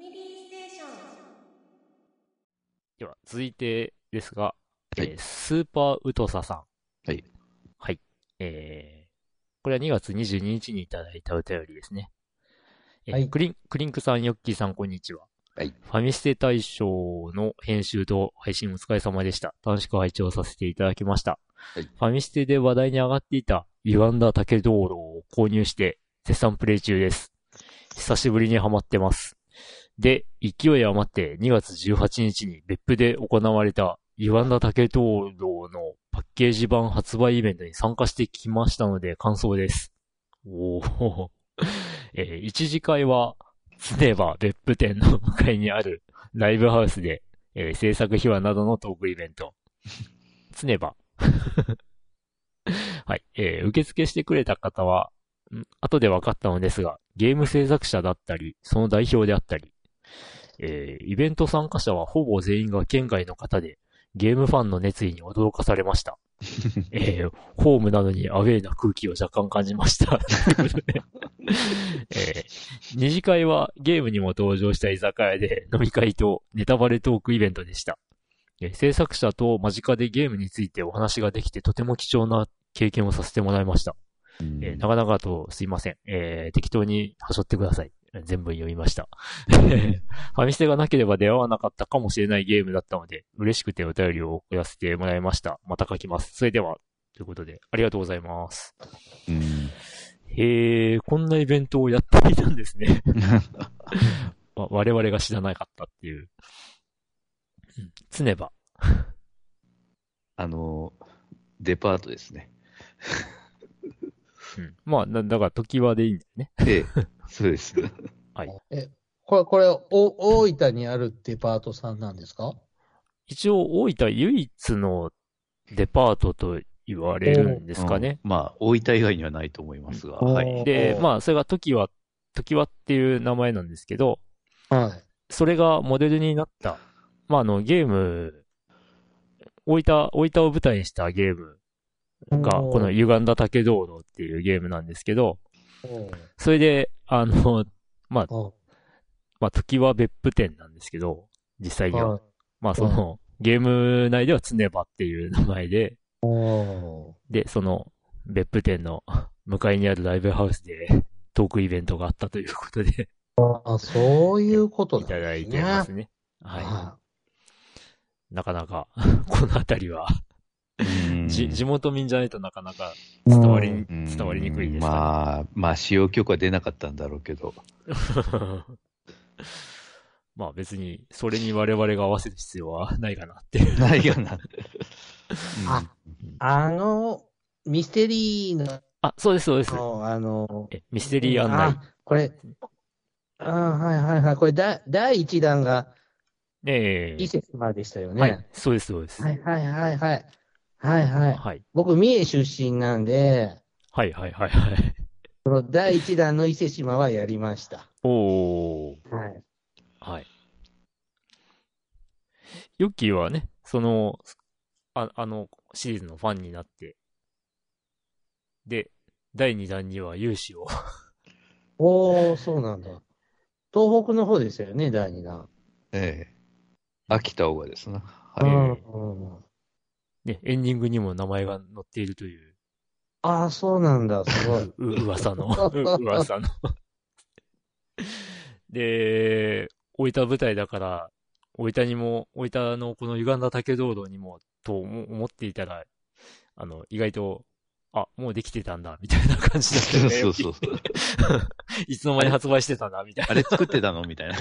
では、続いてですが、 はい。 スーパーウトサさん。 はい。 はい。これは2月22日にちにいただいたお便りですね。 はい。 クリンクさん、ヨッキーさん、こんにちは。 はい。 ファミステ大賞の編集と配信お疲れ様でした。楽しく拝聴させていただきました。 はい。 ファミステで話題に上がっていた歪んだ竹道路を購入して絶賛プレイ中です。久しぶりにハマってます。で、勢い余って2月18日にちに別府で行われた歪んだ竹灯籠のパッケージ版発売イベントに参加してきましたので感想です。おー。一次会は、常場別府店の向かいにあるライブハウスで、制作秘話などのトークイベント。常場。はい。受付してくれた方は、後で分かったのですが、ゲーム制作者だったり、その代表であったり、イベント参加者はほぼ全員が県外の方で、ゲームファンの熱意に驚かされました。ホームなのにアウェーな空気を若干感じました。二次会はゲームにも登場した居酒屋で飲み会とネタバレトークイベントでした。制作者と間近でゲームについてお話ができてとても貴重な経験をさせてもらいました。なかなかとすいません。適当にはしょってください。全部読みました。ファミステがなければ出会わなかったかもしれないゲームだったので、嬉しくてお便りを送らせてもらいました。また書きます。それでは、ということで、ありがとうございます。こんなイベントをやっていたんですね。我々が知らなかったっていう。常ば。 デパートですね。 まあ、だから、時はでいいんだよね。 ええ、そうです。 はい。 これ、大分にあるデパートさんなんですか？ 一応、大分唯一のデパートと言われるんですかね。 まあ、大分以外にはないと思いますが、はい。 で、まあ、それが時はっていう名前なんですけど、 はい。 それがモデルになった、まあ、ゲーム、大分を舞台にしたゲームが、この歪んだ竹道路っていうゲームなんですけど、それで、まあ、時は別府店なんですけど、実際には。まあ、ゲーム内では常場っていう名前で、で、その、別府店の向かいにあるライブハウスでトークイベントがあったということで。 そういうことなんですね。 いただいてますね。はい。なかなか、このあたりは地元民じゃないとなかなか伝わりにくいですかね。 まあ、使用許可出なかったんだろうけど。 まあ別に、それに我々が合わせる必要はないかなっていう。 ないかな。 ミステリーの。 そうです、そうです。ミステリー案内。 これ、はい。これ、第1弾が、伊勢島でしたよね。 はい、そうです、そうです。 はい。僕、三重出身なんで、 はい。 その第1弾の伊勢島はやりました。 はい。ヨッキーはね、シリーズのファンになって、で、第2弾には勇姿を。そうなんだ。東北の方ですよね、第2弾。 秋田大賀ですな。 ね、エンディングにも名前が載っているという。 そうなんだ、すごい。 噂の。で、大分舞台だから、大分のこの歪んだ竹道路にも、と思っていたら、意外と、もうできてたんだ、みたいな感じだったよね。 そう。 いつの間に発売してたんだ、みたいな。 あれ作ってたのみたいな。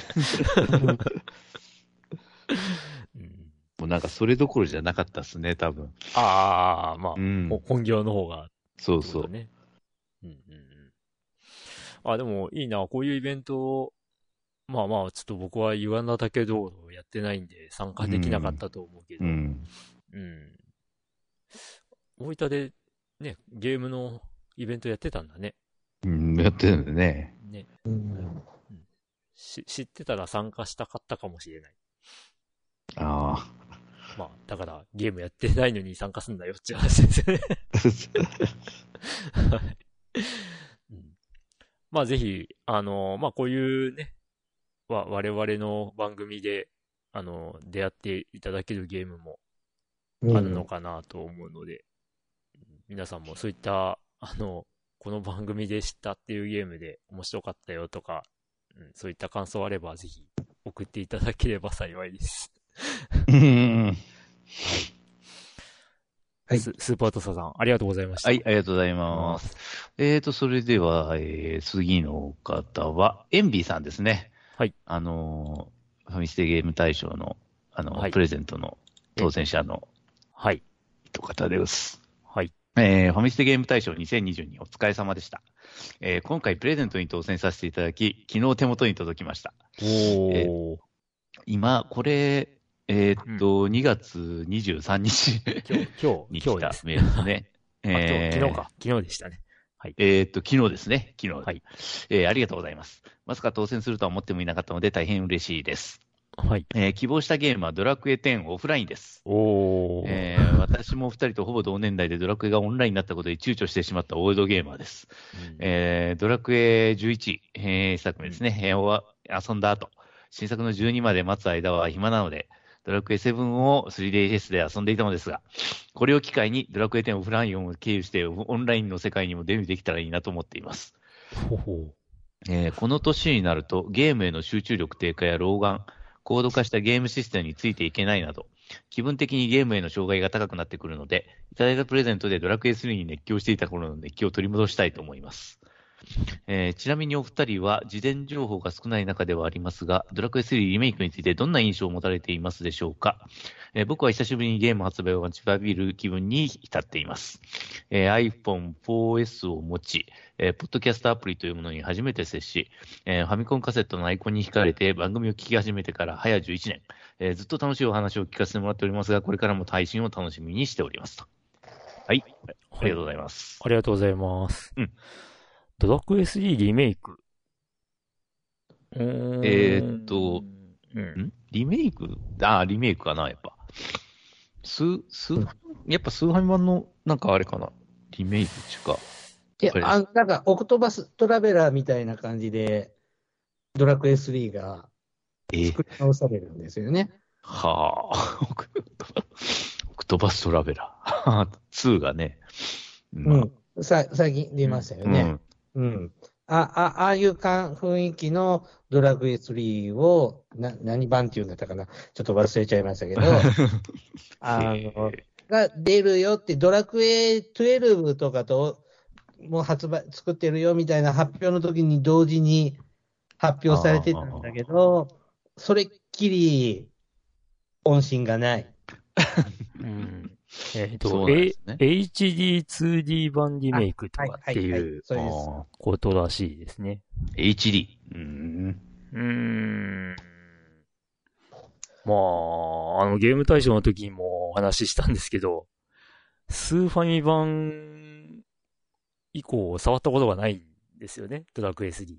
もうなんかそれどころじゃなかったっすね、多分。 まあ、本業の方が。 そう。 でもいいな、こういうイベント、まあ、ちょっと僕は歪んだ竹道路をやってないんで参加できなかったと思うけど。大分でね、ゲームのイベントやってたんだね。 やってるんだね。 知ってたら参加したかったかもしれない。まあ、だからゲームやってないのに参加すんだよっていう話ですよね。まあぜひ、まあこういうね、 我々の番組で、出会っていただけるゲームもあるのかなと思うので、皆さんもそういった、この番組で知ったっていうゲームで面白かったよとか、そういった感想あればぜひ送っていただければ幸いです。はい。スーパートサさん、ありがとうございました。 はい、ありがとうございます。それでは、次の方は、エンビーさんですね。 はい。 ファミステゲーム大賞の、はい、プレゼントの当選者の、 はい。 方です。 はい。 ファミステゲーム大賞2022お疲れ様でした。今回プレゼントに当選させていただき、昨日手元に届きました。今、これ、2月23日今日に来たメールですね。 昨日でしたね。はい。 昨日ですね。昨日。 はい。 ありがとうございます。まさか当選するとは思ってもいなかったので大変嬉しいです。 はい。 希望したゲームはドラクエ10オフラインです。私も2人とほぼ同年代でドラクエがオンラインになったことで躊躇してしまったオールドゲーマーです。ドラクエ11、作目ですね、遊んだ後、新作の12まで待つ間は暇なので、ドラクエ7を 3DS で遊んでいたのですが、これを機会にドラクエ10オフラインを経由してオンラインの世界にもデビューできたらいいなと思っています。この年になるとゲームへの集中力低下や老眼、高度化したゲームシステムについていけないなど、気分的にゲームへの障害が高くなってくるので、いただいたプレゼントでドラクエ3に熱狂していた頃の熱気を取り戻したいと思います。ちなみにお二人は事前情報が少ない中ではありますが、ドラクエ3リメイクについてどんな印象を持たれていますでしょうか。僕は久しぶりにゲーム発売を待ちわびる気分に浸っています。iPhone 4S を持ち、ポッドキャストアプリというものに初めて接し、ファミコンカセットのアイコンに惹かれて番組を聞き始めてから早11年、ずっと楽しいお話を聞かせてもらっておりますが、これからも配信を楽しみにしておりますと。はい、ありがとうございます。 ありがとうございます。ドラクエ3リメイク。 リメイクリメイクかな、やっぱ。やっぱスーファミ版の、なんかあれかな。リメイクっていうか。 なんか、オクトバストラベラーみたいな感じで、ドラクエ3が作り直されるんですよね。 はあ、オクトバストラベラー。2がね。 最近出ましたよね。ああいう雰囲気のドラクエ3を、何版っていうんだったかな。ちょっと忘れちゃいましたけど、が出るよって、ドラクエ12とかと、もう作ってるよみたいな発表の時に同時に発表されてたんだけど、それっきり音信がない。 HD2D 版リメイクとかっていうことらしいですね。 HD。 まあ、ゲーム大賞の時にもお話ししたんですけど、スーファミ版以降触ったことがないんですよね、ドラクエ3。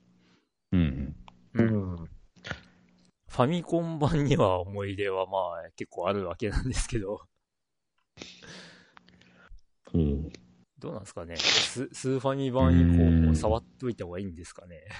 ファミコン版には思い出はまあ結構あるわけなんですけど。どうなんですかね。スーファミ版以降も触っといた方がいいんですかね。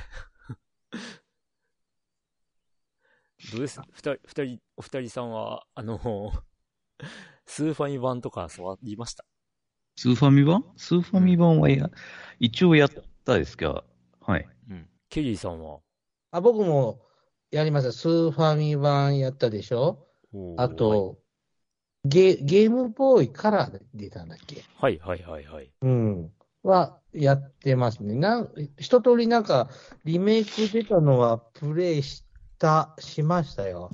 どうです？お二人さんは、スーファミ版とか触りました？ スーファミ版は一応やったですけど、はい。 ケリーさんは？ 僕もやりました。スーファミ版やったでしょ？あと、ゲームボーイカラーで出たんだっけ？ はい。 はやってますね。一通りなんかリメイク出たのはプレイしましたよ。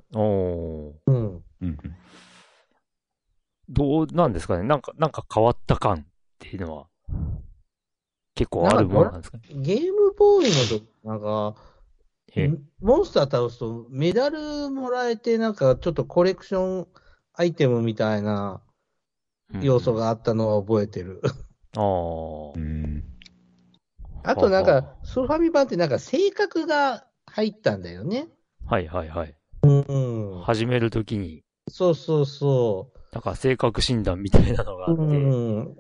どうなんですかね。なんか変わった感っていうのは結構あるものなんですかね。 ゲームボーイの時なんかモンスター倒すとメダルもらえてなんかちょっとコレクションアイテムみたいな要素があったのは覚えてる。あとなんかスーファミ版ってなんか性格が入ったんだよね。 はい。始めるときに。そう。なんか性格診断みたいなのがあって。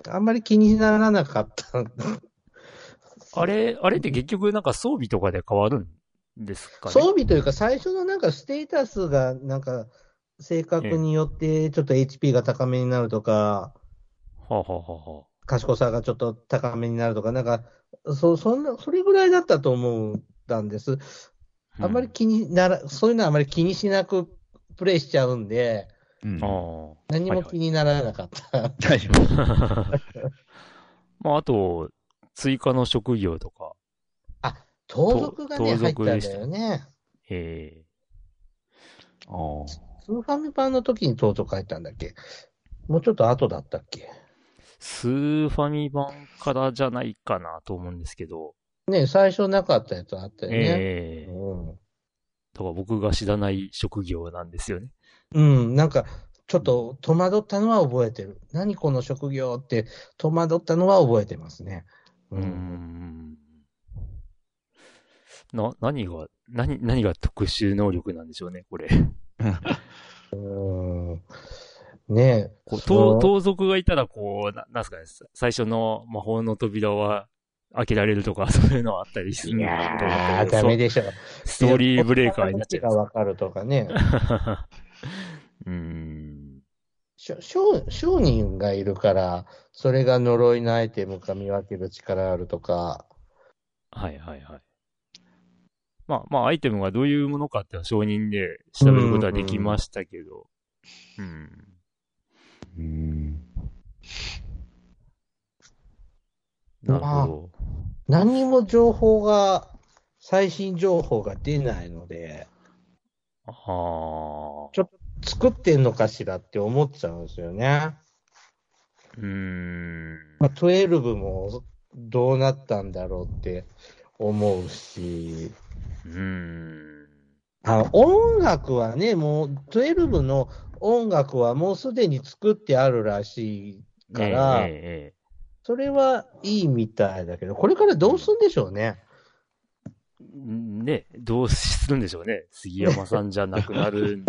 あんまり気にならなかった。 あれって結局なんか装備とかで変わるんですかね。 装備というか、最初のなんかステータスが、なんか、性格によってちょっと HP が高めになるとか、 はあ、はあはあは賢さがちょっと高めになるとか、なんか、それぐらいだったと思ったんです。 あ、 あんまりそういうのはあまり気にしなくプレイしちゃうんで、 うんああ。 何も気にならなかった。 大丈夫。 まあ、あと、追加の職業とか、 あ、盗賊がね、 盗入ったん賊でしたね。 だよね。 えああ。 スーファミ版の時に盗賊入ったんだっけ？もうちょっと後だったっけ？ スーファミ版からじゃないかなと思うんですけど、 ね、最初なかったやつあったよね。 ええうん。 だから僕が知らない職業なんですよね。 うん、なんか、ちょっと戸惑ったのは覚えてる。何この職業って戸惑ったのは覚えてますね。 うーん。何が特殊能力なんでしょうね、これ。 うん。ねえ、 こう、盗賊がいたら、こう、なんすかね、最初の魔法の扉は開けられるとか、そういうのはあったりするいと思ったやー、 けど、 ダメでしょ。 ストーリーブレーカーになっちゃいます。 がわかるとかね。 うーん。 商人がいるから、それが呪いのアイテムか見分ける力あるとか。 はいはいはい。まあ、アイテムがどういうものかって承認で調べることはできましたけど、なるほど。 何も最新情報が出ないので、 ああ。 ちょっと作ってんのかしらって思っちゃうんですよね。12もどうなったんだろうって思うし、音楽はね、もう12の音楽はもうすでに作ってあるらしいから、それはいいみたいだけど、これからどうするんでしょうね。 ね、どうするんでしょうね。杉山さんじゃなくなる。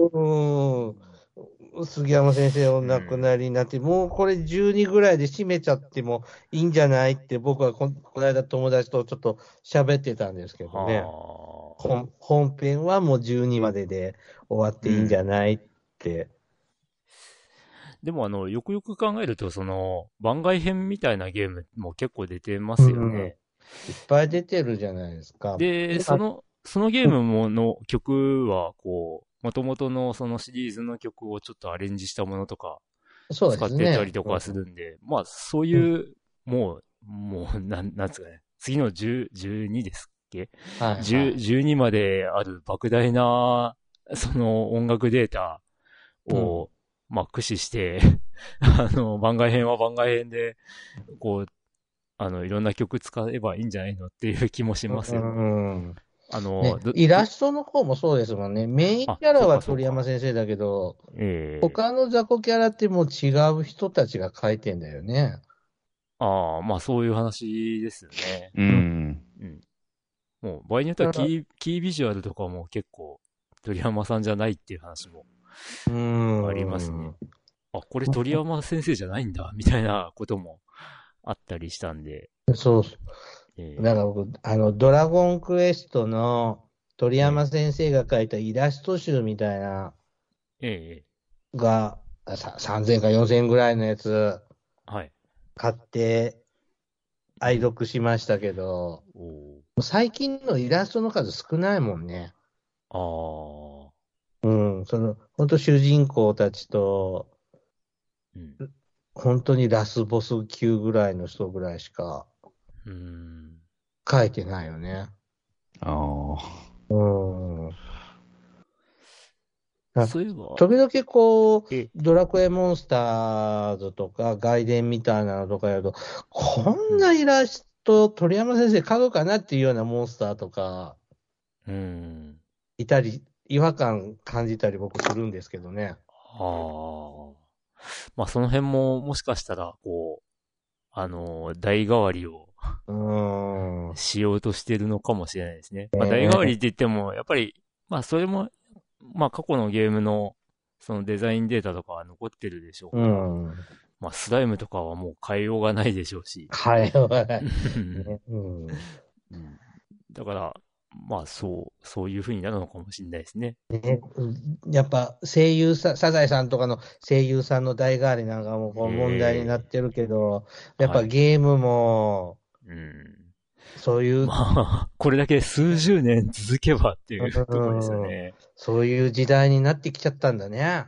杉山先生お亡くなりになって、もうこれ12ぐらいで締めちゃってもいいんじゃないって僕はこの間友達とちょっと喋ってたんですけどね。本編はもう12までで終わっていいんじゃないって。 でもよくよく考えると、番外編みたいなゲームも結構出てますよね。 いっぱい出てるじゃないですか。 で、そのゲームの曲は、こう、元々のそのシリーズの曲をちょっとアレンジしたものとか、使ってたりとかするんで、まあ、そういう、もう、なんつうかね、次の12ですっけ？ 12 まである莫大な、その音楽データを、まあ、駆使して、番外編は番外編で、こう、いろんな曲使えばいいんじゃないのっていう気もしますよね。 イラストの方もそうですもんね。メインキャラは鳥山先生だけど、他の雑魚キャラってもう違う人たちが描いてんだよね。 ああ、まあそういう話ですよね。もう場合によってはキービジュアルとかも結構鳥山さんじゃないっていう話もありますね。あ、これ鳥山先生じゃないんだ、みたいなこともあったりしたんで。 そうそう。だから僕、ドラゴンクエストの鳥山先生が描いたイラスト集みたいな、が、3000か4000ぐらいのやつ、買って、愛読しましたけど、最近のイラストの数少ないもんね。本当主人公たちと、本当にラスボス級ぐらいの人ぐらいしか、書いてないよね。 そういえば。 時々こう、ドラクエモンスターズとか外伝みたいなのとかやると、こんなイラスト鳥山先生描くかなっていうようなモンスターとか、いたり、違和感感じたり僕するんですけどね。 まあその辺ももしかしたら、こう、代替わりをしようとしてるのかもしれないですね。まあ代替わりって言っても、やっぱり、まあそれも、まあ過去のゲームのそのデザインデータとかは残ってるでしょうから、まあスライムとかはもう変えようがないでしょうし。 変えようがない。 だから、 まあそういう風になるのかもしれないですね。 ね、やっぱ声優さん、サザエさんとかの声優さんの代替わりなんかもこう問題になってるけど、やっぱゲームも、そういう、 まあ、これだけ数十年続けばっていうところですよね。 そういう時代になってきちゃったんだね。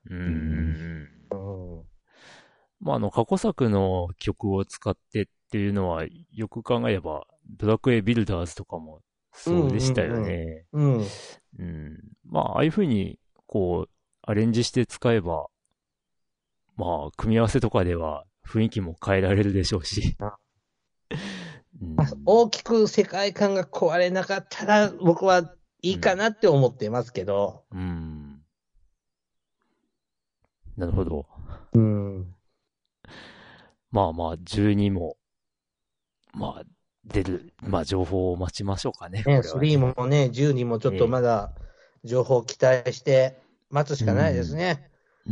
まあ、過去作の曲を使ってっていうのは、よく考えれば、ドラクエビルダーズとかもそうでしたよね。まあ、ああいう風に、こう、アレンジして使えば、まあ、組み合わせとかでは雰囲気も変えられるでしょうし。 大きく世界観が壊れなかったら、僕はいいかなって思ってますけど。 なるほど。まあまあ、12も、まあ、出る、まあ、情報を待ちましょうかね。 ね、3もね、12もちょっとまだ情報を期待して待つしかないですね。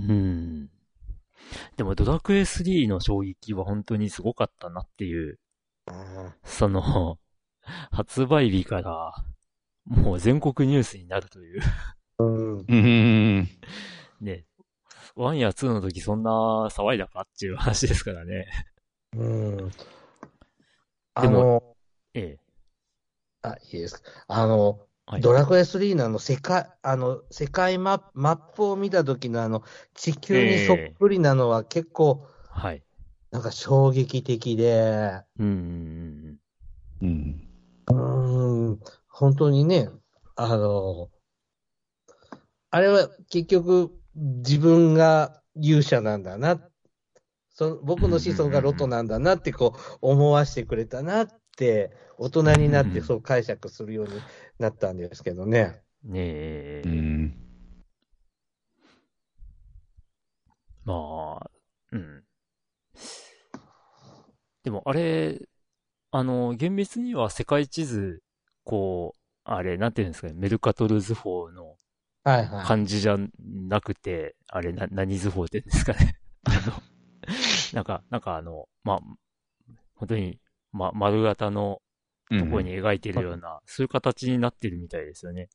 でも、ドラクエ3の衝撃は本当にすごかったなっていう、その、発売日から、もう全国ニュースになるという。ね、1や2の時そんな騒いだかっていう話ですからね。でも、 いいですか。ドラクエ3の世界マップを見た時の地球にそっくりなのは結構、なんか衝撃的で、本当にね、あれは結局自分が勇者なんだな、僕の子孫がロトなんだなってこう思わせてくれたなって、大人になってそう解釈するようになったんですけどね。 まあ、でもあれ、厳密には世界地図、こう、あれ、なんていうんですかね、メルカトル図法の感じじゃなくて、あれ、何図法って言うんですかね。なんかまあ、本当に、丸型のところに描いてるような、そういう形になってるみたいですよね。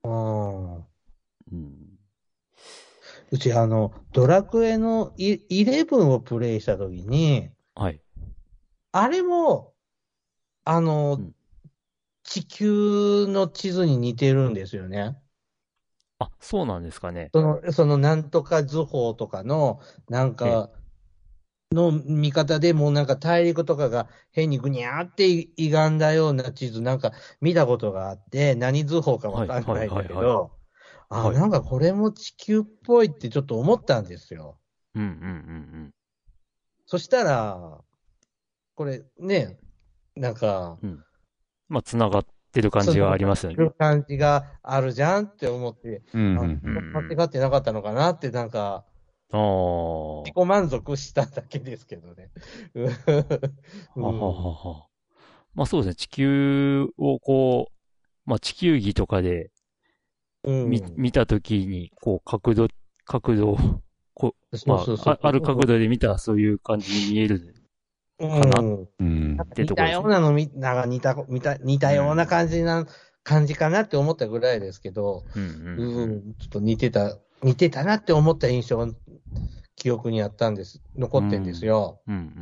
うちドラクエの11をプレイしたときに、あれも、地球の地図に似てるんですよね。 あ、そうなんですかね。 そのなんとか図法とかの、なんか、の見方でもうなんか大陸とかが変にぐにゃーって歪んだような地図なんか見たことがあって、何図法かわかんないんだけど、なんかこれも地球っぽいってちょっと思ったんですよ。そしたら、これね、なんか、 まあ、繋がってる感じがありますよね。 感じがあるじゃんって思って、間違ってなかったのかなってなんか、自己満足しただけですけどね。 まあそうですね、地球をこう、まあ地球儀とかで見たときに、こう角度、ある角度で見たらそういう感じに見えるかなってところですね。 似たようなの似たような感じかなって思ったぐらいですけど、ちょっと似てたなって思った印象が記憶にあったんです。残ってんですよ。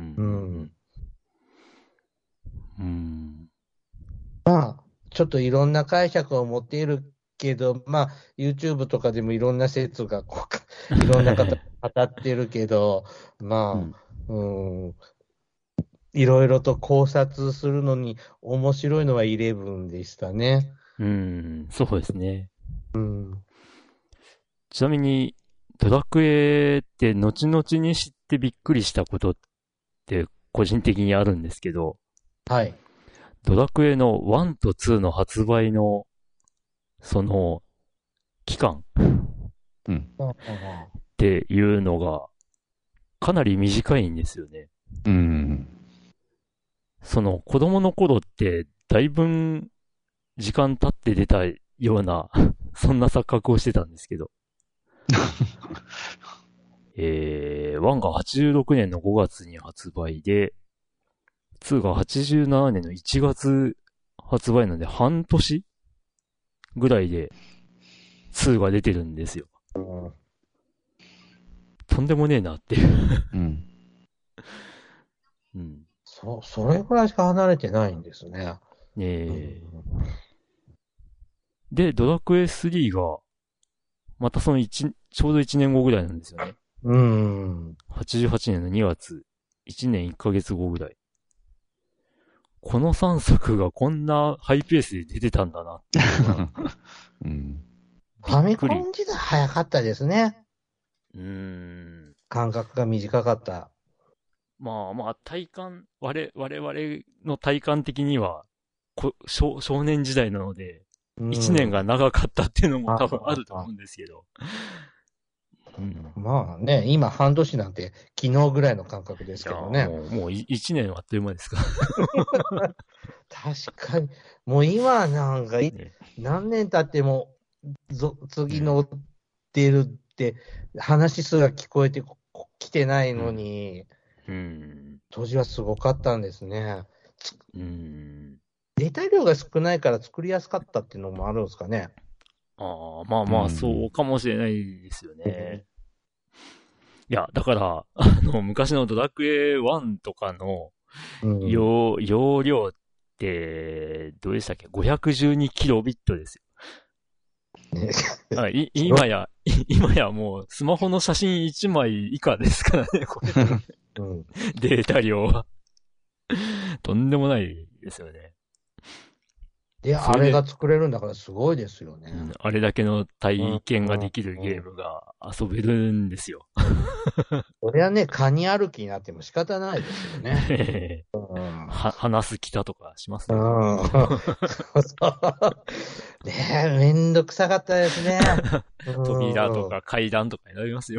まあ、ちょっといろんな解釈を持っているけど、まあ、YouTube とかでもいろんな説がいろんな方語ってるけど、まあ、いろいろと考察するのに面白いのは11でしたね。 そうですね。ちなみに、ドラクエって後々に知ってびっくりしたことって個人的にあるんですけど、ドラクエの1と2の発売の、その、期間っていうのが、かなり短いんですよね。その、子供の頃って、だいぶ時間経って出たような、そんな錯覚をしてたんですけど。1が86年の5月に発売で、2が87年の1月発売なので半年ぐらいで2が出てるんですよ。とんでもねえなっていう。うん。 それぐらいしか離れてないんですね。 で、ドラクエ3が、またそのちょうど1年後ぐらいなんですよね。88年の2月、1年1ヶ月後ぐらい。この3作がこんなハイペースで出てたんだなっていうのがファミコン時代早かったですね。間隔が短かった。 まあ、我々の体感的には、少年時代なので、1年が長かったっていうのも多分あると思うんですけど。 まあね、今半年なんて昨日ぐらいの感覚ですけどね。 もう1年はあっという間ですか。 確かに。もう今なんか、何年経っても、次の出るって話すら聞こえてきてないのに、当時はすごかったんですね。データ量が少ないから作りやすかったっていうのもあるんですかね。 まあ、そうかもしれないですよね。いや、だから、昔のドラクエ1とかの容量って、どうでしたっけ ?512 キロビットですよ。今やもうスマホの写真1枚以下ですからね、これ。データ量は。とんでもないですよね。 で、あれが作れるんだからすごいですよね。 あれだけの体験ができるゲームが遊べるんですよ。 そりゃね、カニ歩きになっても仕方ないですよね。 話す北とかしますね。 ねえ、めんどくさかったですね。 扉とか階段とかになりますよ。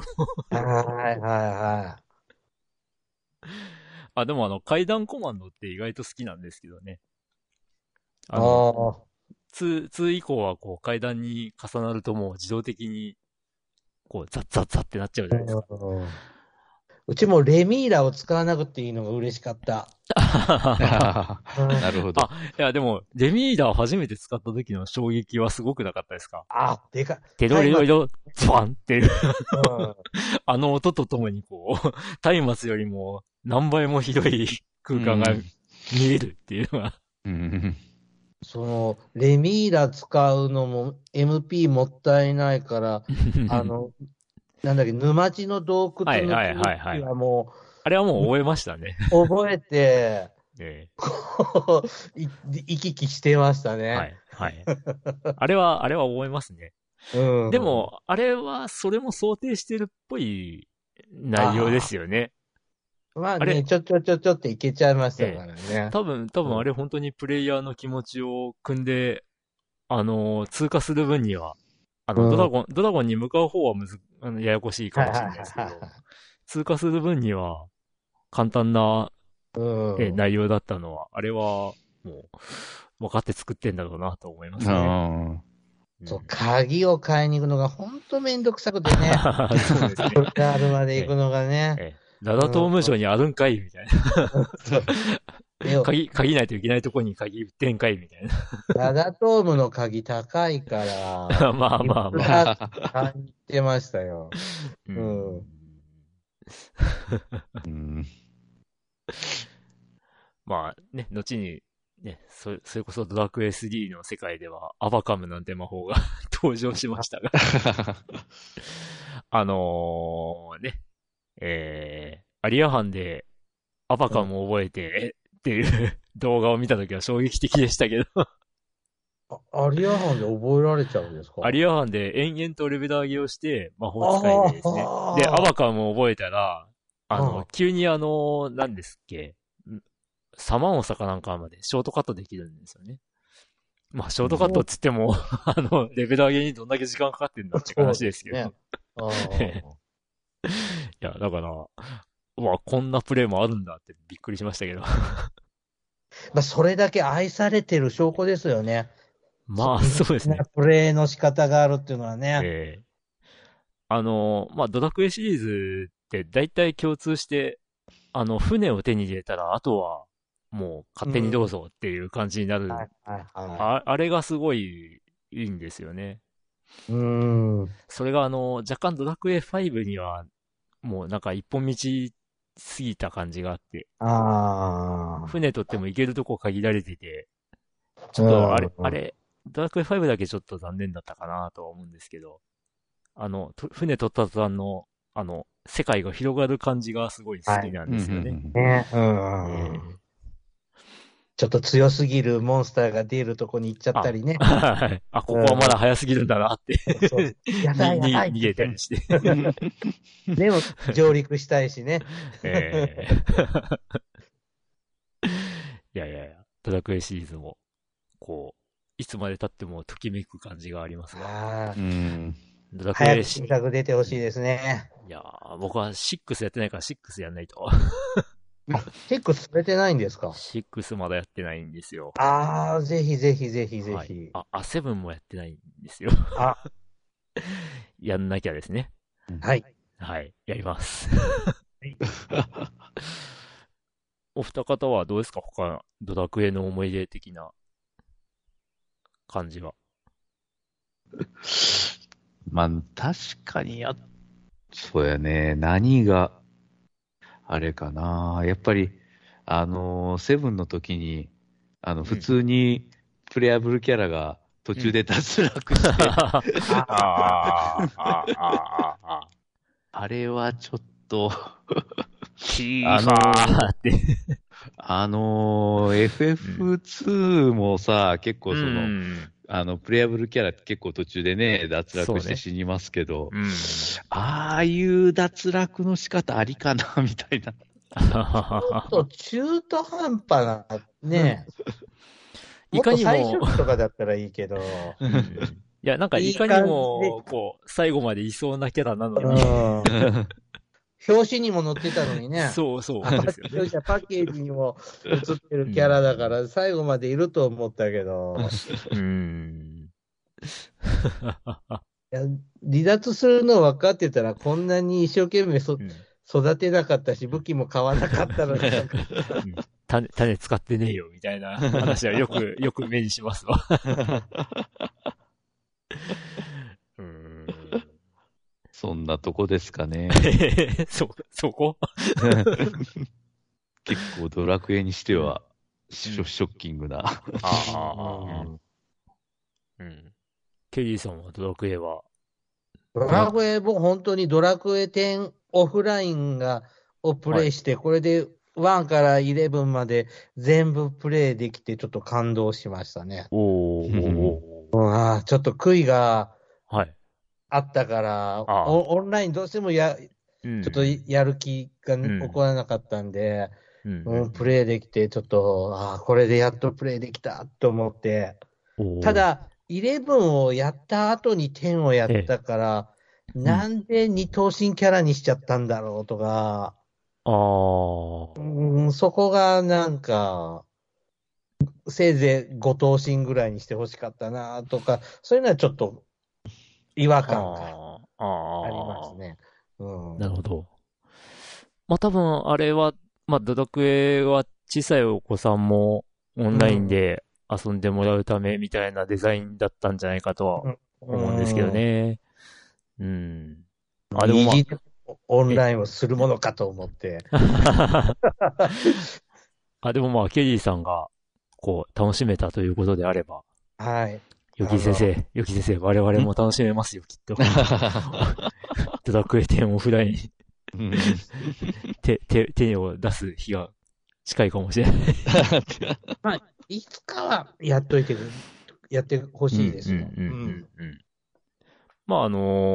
でも階段コマンドって意外と好きなんですけどね。2以降は階段に重なるともう自動的にザッザッザッってなっちゃうじゃないですか。 うちもレミーラを使わなくていいのが嬉しかった。 なるほど。 いやでも、レミーラを初めて使った時の衝撃はすごくなかったですか？ でかい。 テロレロロ、ズワンっていう音とともに松明よりも何倍もひどい空間が見えるっていうのが。 レミーラ使うのも MP もったいないから、なんだっけ、沼地の洞窟の時はもう、 あれはもう覚えましたね。 覚えて、行き来してましたね。 あれは覚えますね。でも、あれはそれも想定してるっぽい内容ですよね。 まあね、ちょっていけちゃいましたからね。 多分あれ本当にプレイヤーの気持ちを組んで、通過する分には、ドラゴンに向かう方はややこしいかもしれないですけど、通過する分には簡単な、内容だったのは、あれはもう分かって作ってんだろうなと思いますね。 鍵を買いに行くのが本当めんどくさくてね。そうですね。あるまで行くのがね。 ラダトーム城にあるんかいみたいな。鍵ないといけないところに鍵売ってんかいみたいな。ラダトームの鍵高いから。 まあ。 感じてましたよ。 まあね、後に、ね、それこそドラクエ3の世界では、アバカムなんて魔法が登場しましたが。アリアハンでアバカムを覚えて、っていう動画を見たときは衝撃的でしたけど。 アリアハンで覚えられちゃうんですか？ アリアハンで延々とレベル上げをして魔法使いでですね。で、アバカムを覚えたら、急に何ですっけ、サマンオサかなんかまでショートカットできるんですよね。まあ、ショートカットって言っても、レベル上げにどんだけ時間かかってんだって話ですけど。いや、だから、こんなプレイもあるんだってびっくりしましたけど。まあ、それだけ愛されてる証拠ですよね。 まあ、そうですね。 プレイの仕方があるっていうのはね。 まあ、ドラクエシリーズって大体共通して、船を手に入れたら、あとは、もう勝手にどうぞっていう感じになる。あれがすごいいいんですよね。 それが若干ドラクエ5には、もうなんか一本道過ぎた感じがあって。船取っても行けるとこ限られてて、ちょっとあれ、ドラクエ5だけちょっと残念だったかなとは思うんですけど、船取った途端の、世界が広がる感じがすごい好きなんですよね。 ちょっと強すぎるモンスターが出るとこに行っちゃったりね。 ここはまだ早すぎるんだなって。 やばいやばい逃げたりして。 でも、上陸したいしね。 いやいやいや、ドラクエシリーズも、こう、いつまで経ってもときめく感じがありますが。 ドラクエ早く新作出てほしいですね。 いやー、僕は6やってないから6やんないと。 6されてないんですか？ 6 まだやってないんですよ。 ぜひぜひぜひぜひ。 7もやってないんですよ。やんなきゃですね。 はい。 はい、やります。お二方はどうですか？他、ドラクエの思い出的な感じは。 まあ、確かにそうやね。何が、あれかな。やっぱり、セブンの時に、普通にプレイアブルキャラが途中で脱落して、あれはちょっとキーファーって。 FF2 もさ、結構プレイアブルキャラ結構途中でね、脱落して死にますけど、ああいう脱落の仕方ありかな、みたいな。 ちょっと中途半端な、ね。 いかにも。 最初期とかだったらいいけど。 いや、なんかいかにも、こう、最後までいそうなキャラなのに。 表紙にも載ってたのにね。 そうそう。 パッケージにも映ってるキャラだから、最後までいると思ったけど。いや、離脱するの分かってたら、こんなに一生懸命育てなかったし、武器も買わなかったのに。 種使ってねえよ、みたいな話はよく目にしますわ。 そんなとこですかね。 そこ結構ドラクエにしては、ショッキングな。 ケリーさんはドラクエは？ ドラクエ、僕本当にドラクエ10オフラインをプレイして、これで1から11まで全部プレイできてちょっと感動しましたね。ちょっと悔いがあったから、オンラインどうしてもちょっとやる気が起こらなかったんで、プレイできて、ちょっと、これでやっとプレイできたと思って、ただ、11をやった後に10をやったから、なんで二頭身キャラにしちゃったんだろうとか、そこがなんか、せいぜい5頭身ぐらいにしてほしかったなとか、そういうのはちょっと違和感がありますね。 なるほど。まあ、多分あれは、まあ、ドラクエは小さいお子さんもオンラインで遊んでもらうためみたいなデザインだったんじゃないかとは思うんですけどね。でもオンラインをするものかと思って。 でもまあ、ケリーさんが、こう、楽しめたということであれば。 はい。 ヨキ先生、我々も楽しめますよ、きっと。ドラクエ10オフライン。手を出す日が近いかもしれない。 まあ、いつかはやってほしいですよ。 まあ、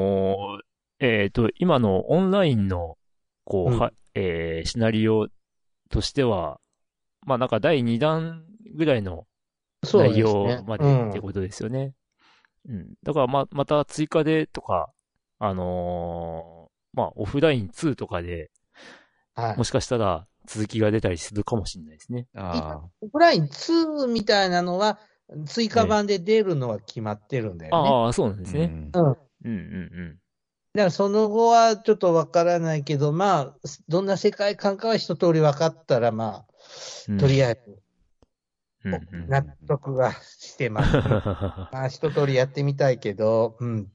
今のオンラインの、こう、シナリオとしては、まあなんか第2弾ぐらいの内容までってことですよね。だからまた追加でとか、まあオフライン2とかで、もしかしたら続きが出たりするかもしれないですね。 オフライン2みたいなのは、追加版で出るのは決まってるんだよね。 そうなんですね。 だからその後はちょっとわからないけど、まあ、どんな世界観かは一通り分かったら、まあ、とりあえず、 納得はしてます。まあ、一通りやってみたいけど、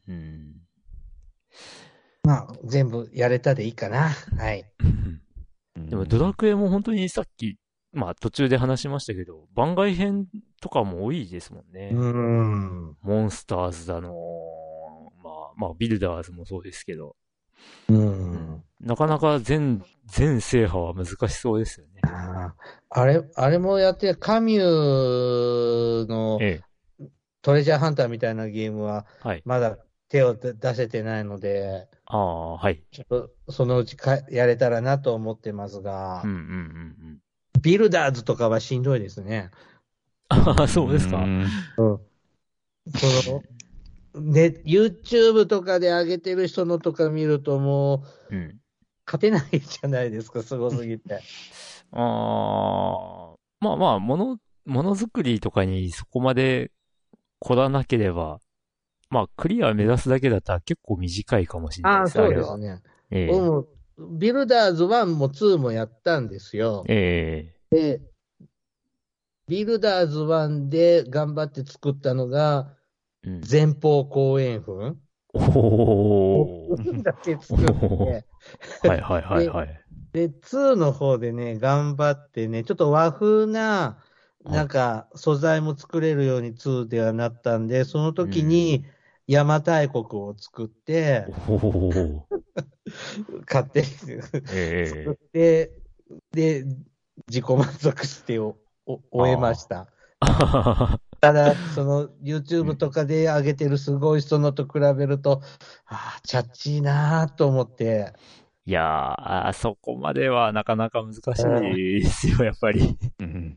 まあ、全部やれたでいいかな。はい。 でも、ドラクエも本当にさっき、まあ途中で話しましたけど、番外編とかも多いですもんね。モンスターズだの、まあビルダーズもそうですけど。なかなか全制覇は難しそうですよね。 あれもやって、カミューのトレジャーハンターみたいなゲームは、まだ手を出せてないので、 はい。 ちょっとそのうちやれたらなと思ってますが、ビルダーズとかはしんどいですね。 そうですか。 YouTube とかで上げてる人のとか見るともう、勝てないじゃないですか、すごすぎて。 まあ、ものづくりとかにそこまで凝らなければ、まあ、クリア目指すだけだったら結構短いかもしれないです。 そうですね。ビルダーズ1も2もやったんですよ。で、ビルダーズ1で頑張って作ったのが、前方後円墳。だけ作って。で、2の方でね、頑張ってね、ちょっと和風な、なんか、素材も作れるように2ではなったんで、その時に邪馬台国を作って、勝手に作って、で、自己満足して終えました。ただ、その YouTube とかで上げてるすごい人のと比べると、チャッチーなと思って。 いやー、そこまではなかなか難しいですよ、やっぱり。い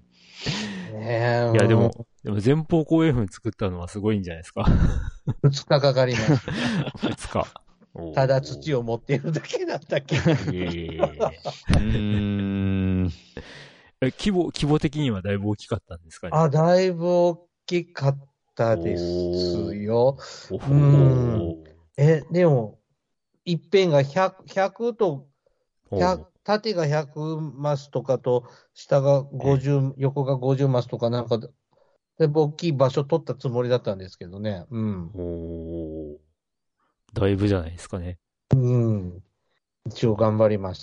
や、でも前方後円墳作ったのはすごいんじゃないですか。 2日かかりました。 2日。 ただ土を持っているだけだったっけ。 規模的にはだいぶ大きかったんですかね。 だいぶ大きかったですよ。でも、一辺が100と、縦が100マスとかと、下が50、横が50マスとかなんか、で、大きい場所取ったつもりだったんですけどね。 だいぶじゃないですかね。 一応頑張りました。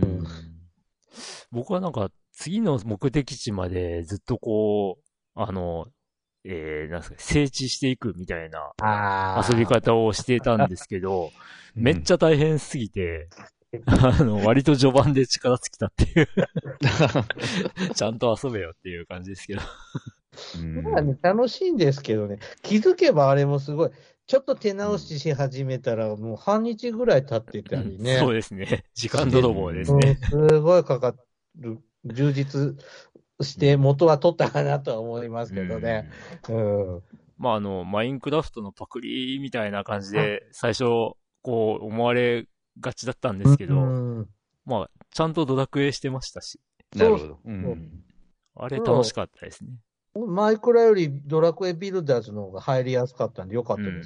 僕はなんか、次の目的地までずっとこう、なんですか、整地していくみたいな遊び方をしていたんですけど、めっちゃ大変すぎて、割と序盤で力尽きたっていうちゃんと遊べよっていう感じですけどまあね、楽しいんですけどね、気づけばあれもすごい、ちょっと手直しし始めたら、もう半日ぐらい経ってたりね。 そうですね。時間泥棒ですね。 すごいかかる。充実して元は取ったかなとは思いますけどね。 まあマインクラフトのパクリみたいな感じで、最初、こう思われがちだったんですけど、まあ、ちゃんとドラクエしてましたし。 なるほど。 あれ楽しかったですね。 マイクラよりドラクエビルダーズの方が入りやすかったんでよかったです。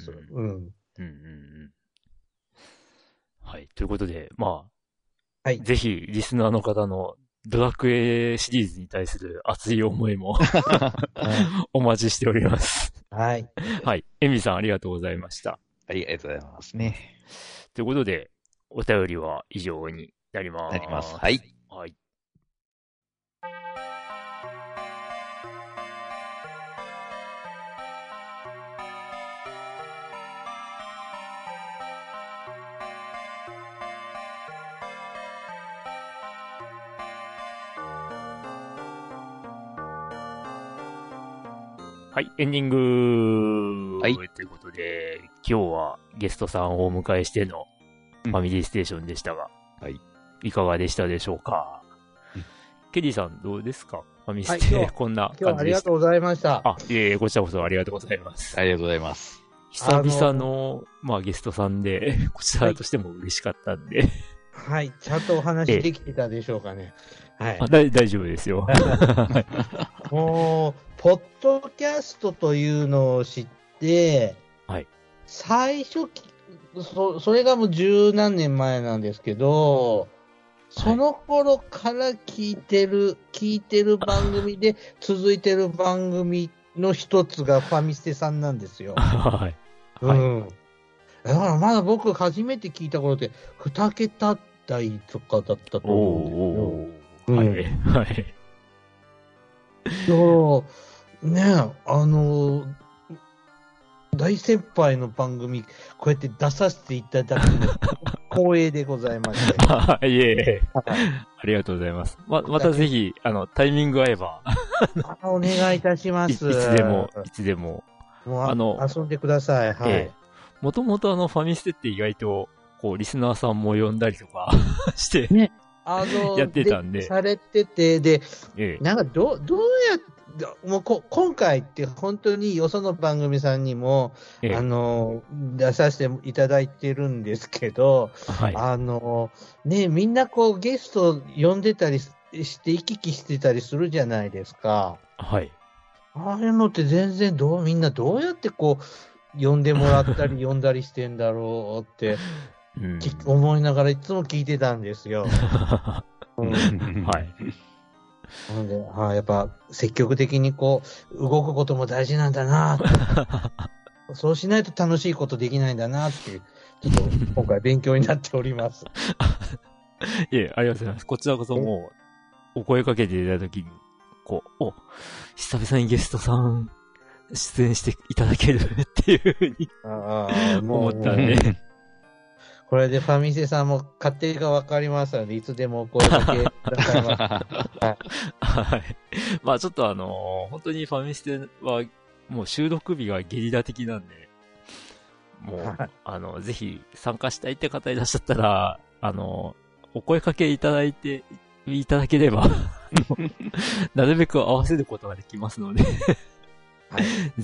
はい。ということで、まあ、 はい、 ぜひ、リスナーの方のドラクエシリーズに対する熱い思いもお待ちしております。 はい。 はい。エミさんありがとうございました。 ありがとうございますね。 ということで、お便りは以上になります。 はい。 はい。はい、エンディング、 はい、 ということで、今日はゲストさんをお迎えしてのファミリーステーションでしたが、いかがでしたでしょうか。ケリーさんどうですか、ファミステ、こんな感じでした。 今日はありがとうございました。 こちらこそありがとうございます。 ありがとうございます。 久々の、ゲストさんで、こちらとしても嬉しかったんで。 はい、ちゃんとお話できてたでしょうかね。はい。 大丈夫ですよ。 もう、ポッドキャストというのを知って、最初、それがもう十何年前なんですけど、 その頃から聞いてる番組で続いてる番組の一つがファミステさんなんですよ。 はい。 うん。だからまだ僕初めて聞いた頃って2桁台とかだったと思うんですよ。 はい。はい。 そう、ね大先輩の番組、こうやって出させていただくの光栄でございまして。 いえいえ。ありがとうございます。またぜひ、タイミング合えば。 お願いいたします。 いつでも、いつでも。 もう遊んでください。はい。 もともとファミステって意外と、リスナーさんも呼んだりとかして、 ね、 やってたんで。 されてて、で、なんかどうやって、もう今回って本当によその番組さんにも、出させていただいてるんですけど、はい、ね、みんなゲスト呼んでたりして行き来してたりするじゃないですか。 はい。 ああいうのって全然みんなどうやって呼んでもらったり呼んだりしてんだろうって、思いながらいつも聞いてたんですよ。はい。なので、やっぱ積極的に動くことも大事なんだなそうしないと楽しいことできないんだなっていう、ちょっと今回勉強になっております。 いえ、ありがとうございます。こちらこそもう、お声かけていただいたときに、久々にゲストさん出演していただけるっていうふうに思ったんで。 これでファミセさんも勝手がわかりますので、いつでもお声かけくださいます。 はい。まあちょっと本当にファミステはもう収録日がゲリラ的なんで、もう、ぜひ参加したいって方いらっしゃったら、お声かけいただければ、なるべく合わせることができますので、はい、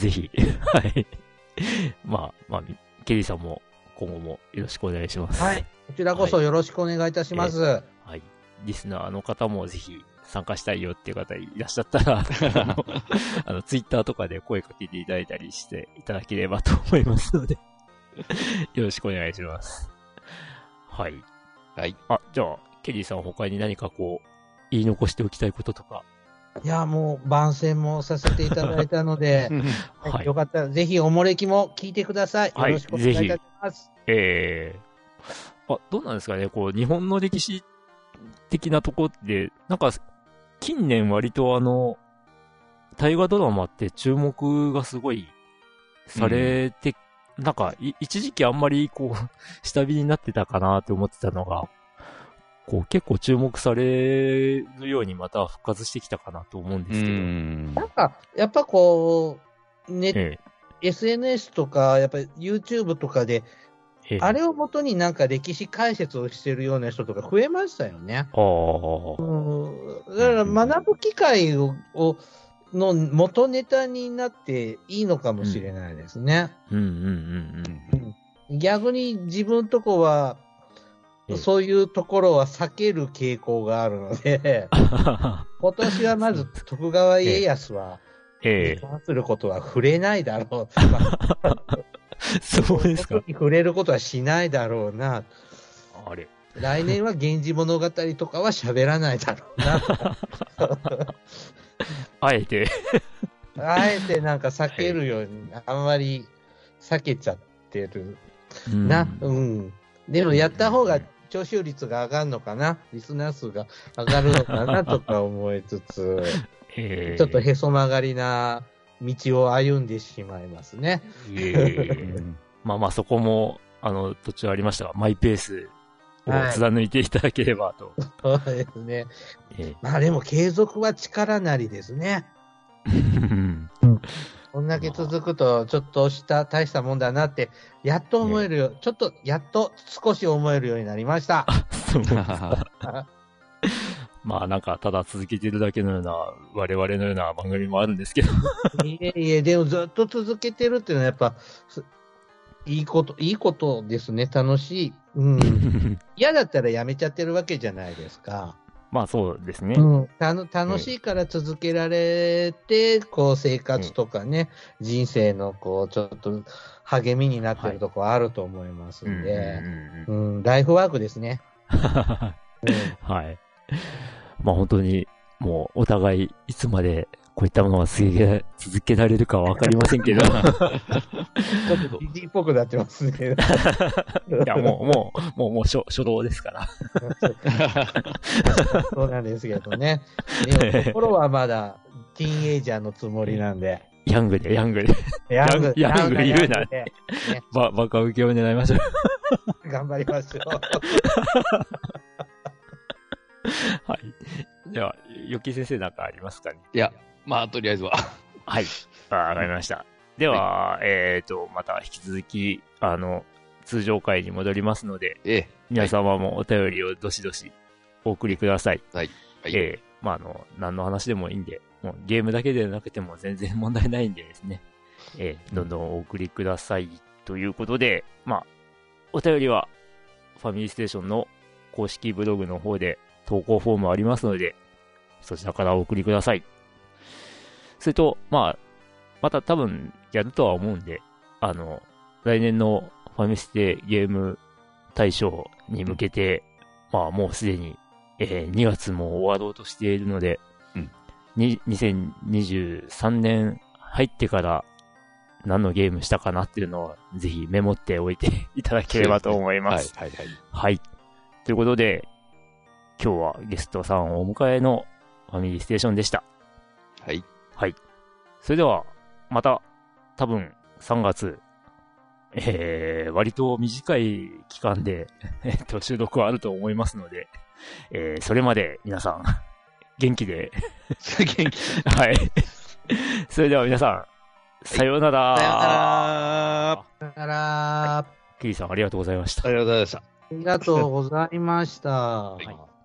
ぜひ、はい。まあ、ケリーさんも今後もよろしくお願いします。 はい。こちらこそよろしくお願いいたします。 はい。リスナーの方もぜひ参加したいよっていう方いらっしゃったら、ツイッターとかで声かけていただいたりしていただければと思いますので、よろしくお願いします。はい。 はい。 じゃあ、ケリーさん他に何か言い残しておきたいこととか。 いや、もう番宣もさせていただいたので、はい、よかったらぜひおもれきも聞いてください。よろしくお願いいたします。 どうなんですかね、日本の歴史的なとこで、なんか、近年割と大河ドラマって注目がすごいされて、なんか、一時期あんまり下火になってたかなって思ってたのが、結構注目されるようにまた復活してきたかなと思うんですけど。 なんか、やっぱSNS とか、やっぱり YouTube とかで、あれをもとになんか歴史解説をしてるような人とか増えましたよね。だから学ぶ機会の元ネタになっていいのかもしれないですね。逆に自分とこは、そういうところは避ける傾向があるので、今年はまず徳川家康は、関することは触れないだろう。 そうですか。 触れることはしないだろうな。 あれ。 来年は源氏物語とかは喋らないだろうな。 あえてなんか避けるように、あんまり避けちゃってるな。でもやった方が聴取率が上がるのかな、リスナー数が上がるのかなとか思いつつ、ちょっとへそ曲がりな道を歩んでしまいますね。 まあそこも、途中ありましたが、マイペースを貫いていただければと。 そうですね。まあでも継続は力なりですね。こんだけ続くと、ちょっと大したもんだなって、やっと思えるよ、やっと少し思えるようになりました。 そうですか。まあなんか、ただ続けてるだけのような、我々のような番組もあるんですけど。 でもずっと続けてるっていうのはやっぱ、いいことですね、楽しい。嫌だったらやめちゃってるわけじゃないですか。 まあそうですね。 楽しいから続けられて、生活とかね、人生のちょっと励みになってるところあると思いますんで、ライフワークですね。 はい。まあ本当に、もうお互いいつまでこういったものが続けられるかはわかりませんけど。ちょっとビジーっぽくなってますね。 いや、もう初動ですから。 そうなんですけどね。心はまだティーンエイジャーのつもりなんで。 ヤングで。ヤング言うな。バカ受けを狙いましょう。 頑張りましょう。 はい。では、よき先生なんかありますかね？ いや、まあ、とりあえずは。 はい。わかりました。では、また引き続き、通常回に戻りますので、皆様もお便りをどしどしお送りください。 はい。 まあ、何の話でもいいんで、もうゲームだけでなくても全然問題ないんでですね、どんどんお送りください。ということで、まあ、お便りは、ファミリーステーションの公式ブログの方で投稿フォームありますので、そちらからお送りください。それと、まあ、また多分やるとは思うんで、来年のファミステゲーム大賞に向けて、まあもうすでに、2月も終わろうとしているので、2023年入ってから何のゲームしたかなっていうのをぜひメモっておいていただければと思います。はい。ということで、今日はゲストさんをお迎えのファミリーステーションでした。 はい。 はい。それでは、また、多分、3月、割と短い期間で、収録はあると思いますので、それまで皆さん、元気で。 元気。 はい。それでは皆さん、さようなら。 さようなら。 さようなら。 キリさんありがとうございました。 ありがとうございました。 ありがとうございました。 はい